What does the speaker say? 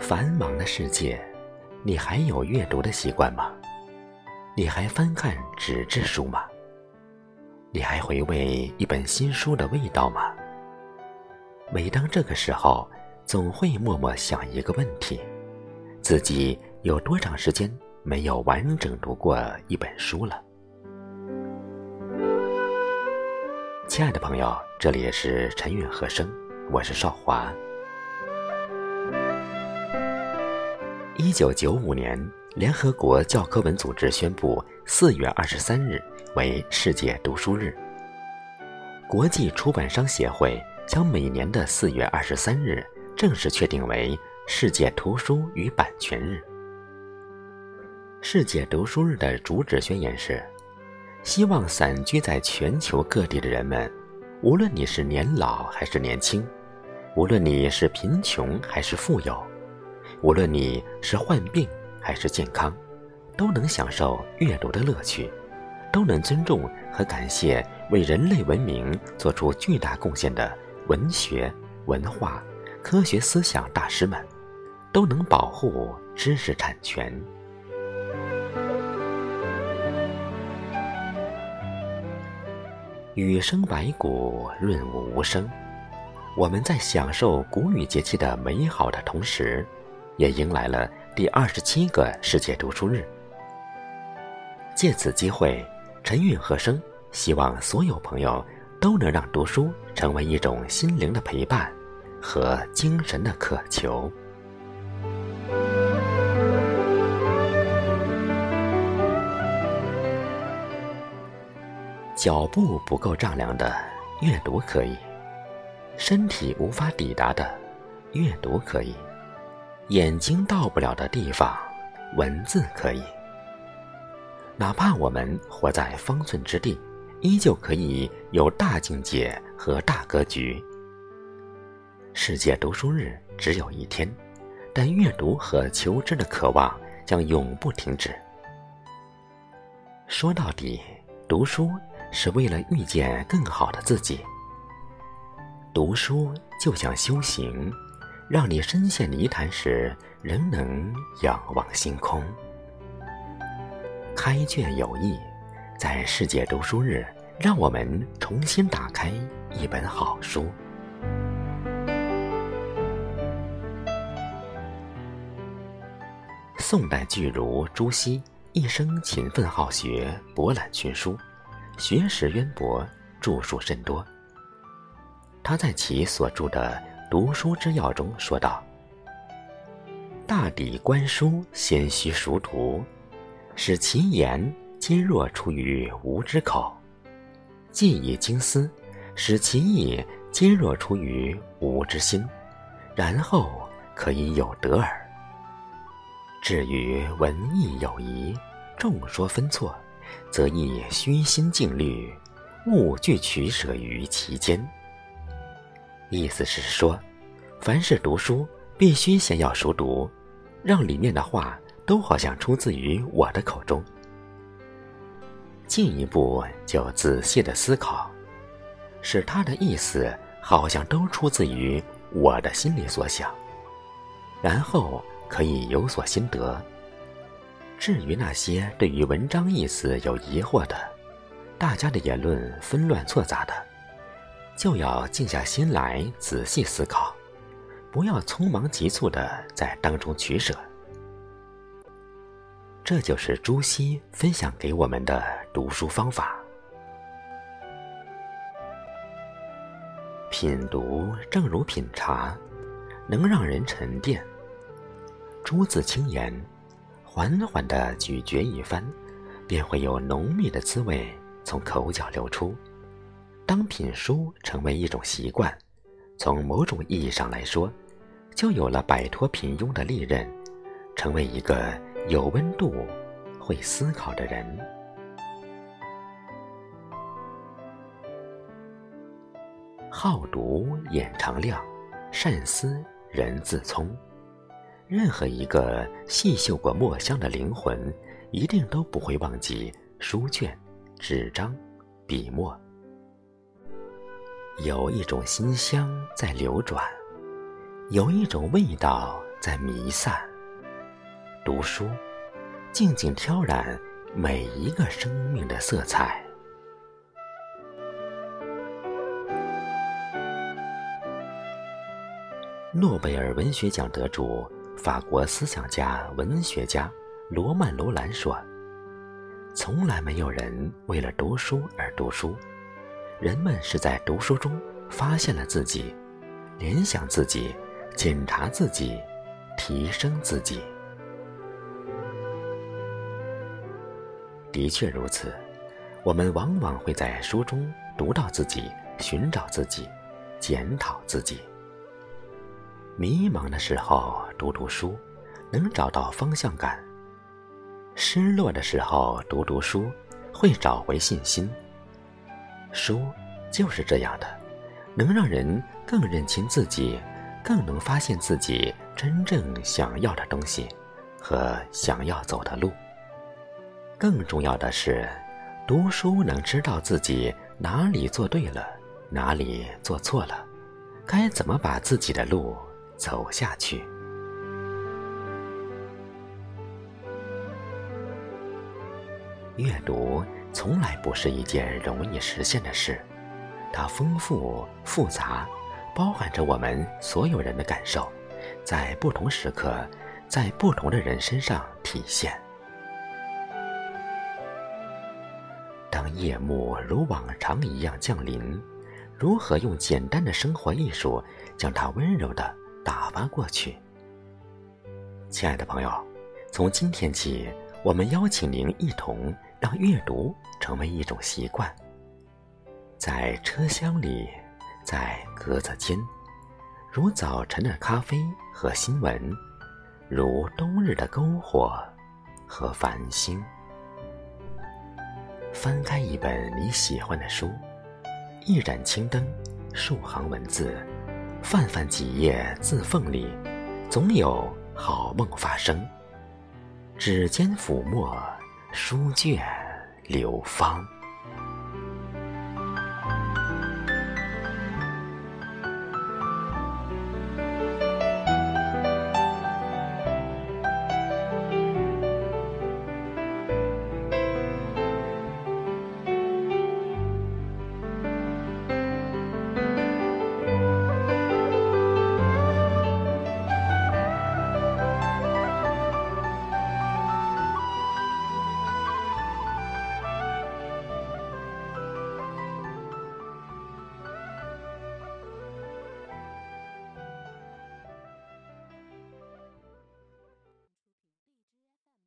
繁忙的世界，你还有阅读的习惯吗？你还翻看纸质书吗？你还回味一本新书的味道吗？每当这个时候，总会默默想一个问题：自己有多长时间没有完整读过一本书了？亲爱的朋友，这里是晨韵和声，我是少华。1995年，联合国教科文组织宣布4月23日为世界读书日。国际出版商协会将每年的4月23日正式确定为世界图书与版权日。世界读书日的主旨宣言是：希望散居在全球各地的人们，无论你是年老还是年轻，无论你是贫穷还是富有，无论你是患病还是健康，都能享受阅读的乐趣，都能尊重和感谢为人类文明做出巨大贡献的文学、文化、科学思想大师们，都能保护知识产权。雨生百谷，润物无声。我们在享受谷雨节气的美好的同时，也迎来了第27个世界读书日。借此机会，晨韵和声希望所有朋友都能让读书成为一种心灵的陪伴和精神的渴求。脚步不够丈量的，阅读可以；身体无法抵达的，阅读可以；眼睛到不了的地方，文字可以。哪怕我们活在方寸之地，依旧可以有大境界和大格局。世界读书日只有一天，但阅读和求知的渴望将永不停止。说到底，读书是为了遇见更好的自己。读书就像修行，让你身陷泥潭时仍能仰望星空。开卷有益，在世界读书日，让我们重新打开一本好书。宋代巨儒朱熹一生勤奋好学，博览群书，学识渊博，著述甚多。他在其所著的《读书之要》中说道：大抵观书，先须熟读，使其言皆若出于吾之口；既以精思，使其意皆若出于吾之心，然后可以有得耳。至于文艺有疑，众说纷错，则亦虚心静虑，勿具取舍于其间。意思是说，凡是读书，必须先要熟读，让里面的话都好像出自于我的口中。进一步就仔细的思考，使他的意思好像都出自于我的心里所想，然后可以有所心得。至于那些对于文章意思有疑惑的，大家的言论纷乱错杂的，就要静下心来仔细思考，不要匆忙急促的在当中取舍。这就是朱熹分享给我们的读书方法。品读正如品茶，能让人沉淀。朱自清言，缓缓地咀嚼一番，便会有浓密的滋味从口角流出。当品书成为一种习惯，从某种意义上来说，就有了摆脱平庸的利刃，成为一个有温度、会思考的人。好读眼常亮，善思人自聪。任何一个细嗅过墨香的灵魂，一定都不会忘记书卷、纸张、笔墨。有一种馨香在流转，有一种味道在弥散。读书，静静挑染每一个生命的色彩。诺贝尔文学奖得主、法国思想家、文学家罗曼·罗兰说：“从来没有人为了读书而读书，人们是在读书中发现了自己，联想自己，检查自己，提升自己。”的确如此，我们往往会在书中读到自己，寻找自己，检讨自己。迷茫的时候读读书，能找到方向感；失落的时候读读书，会找回信心。书就是这样的，能让人更认清自己，更能发现自己真正想要的东西和想要走的路。更重要的是，读书能知道自己哪里做对了，哪里做错了，该怎么把自己的路走下去。阅读从来不是一件容易实现的事，它丰富复杂，包含着我们所有人的感受，在不同时刻，在不同的人身上体现。当夜幕如往常一样降临，如何用简单的生活艺术将它温柔地打发过去？亲爱的朋友，从今天起，我们邀请您一同让阅读成为一种习惯。在车厢里，在格子间，如早晨的咖啡和新闻，如冬日的篝火和繁星。翻开一本你喜欢的书，一盏青灯，数行文字，泛泛几页字缝里，总有好梦发生。指尖抚摸，书卷流芳。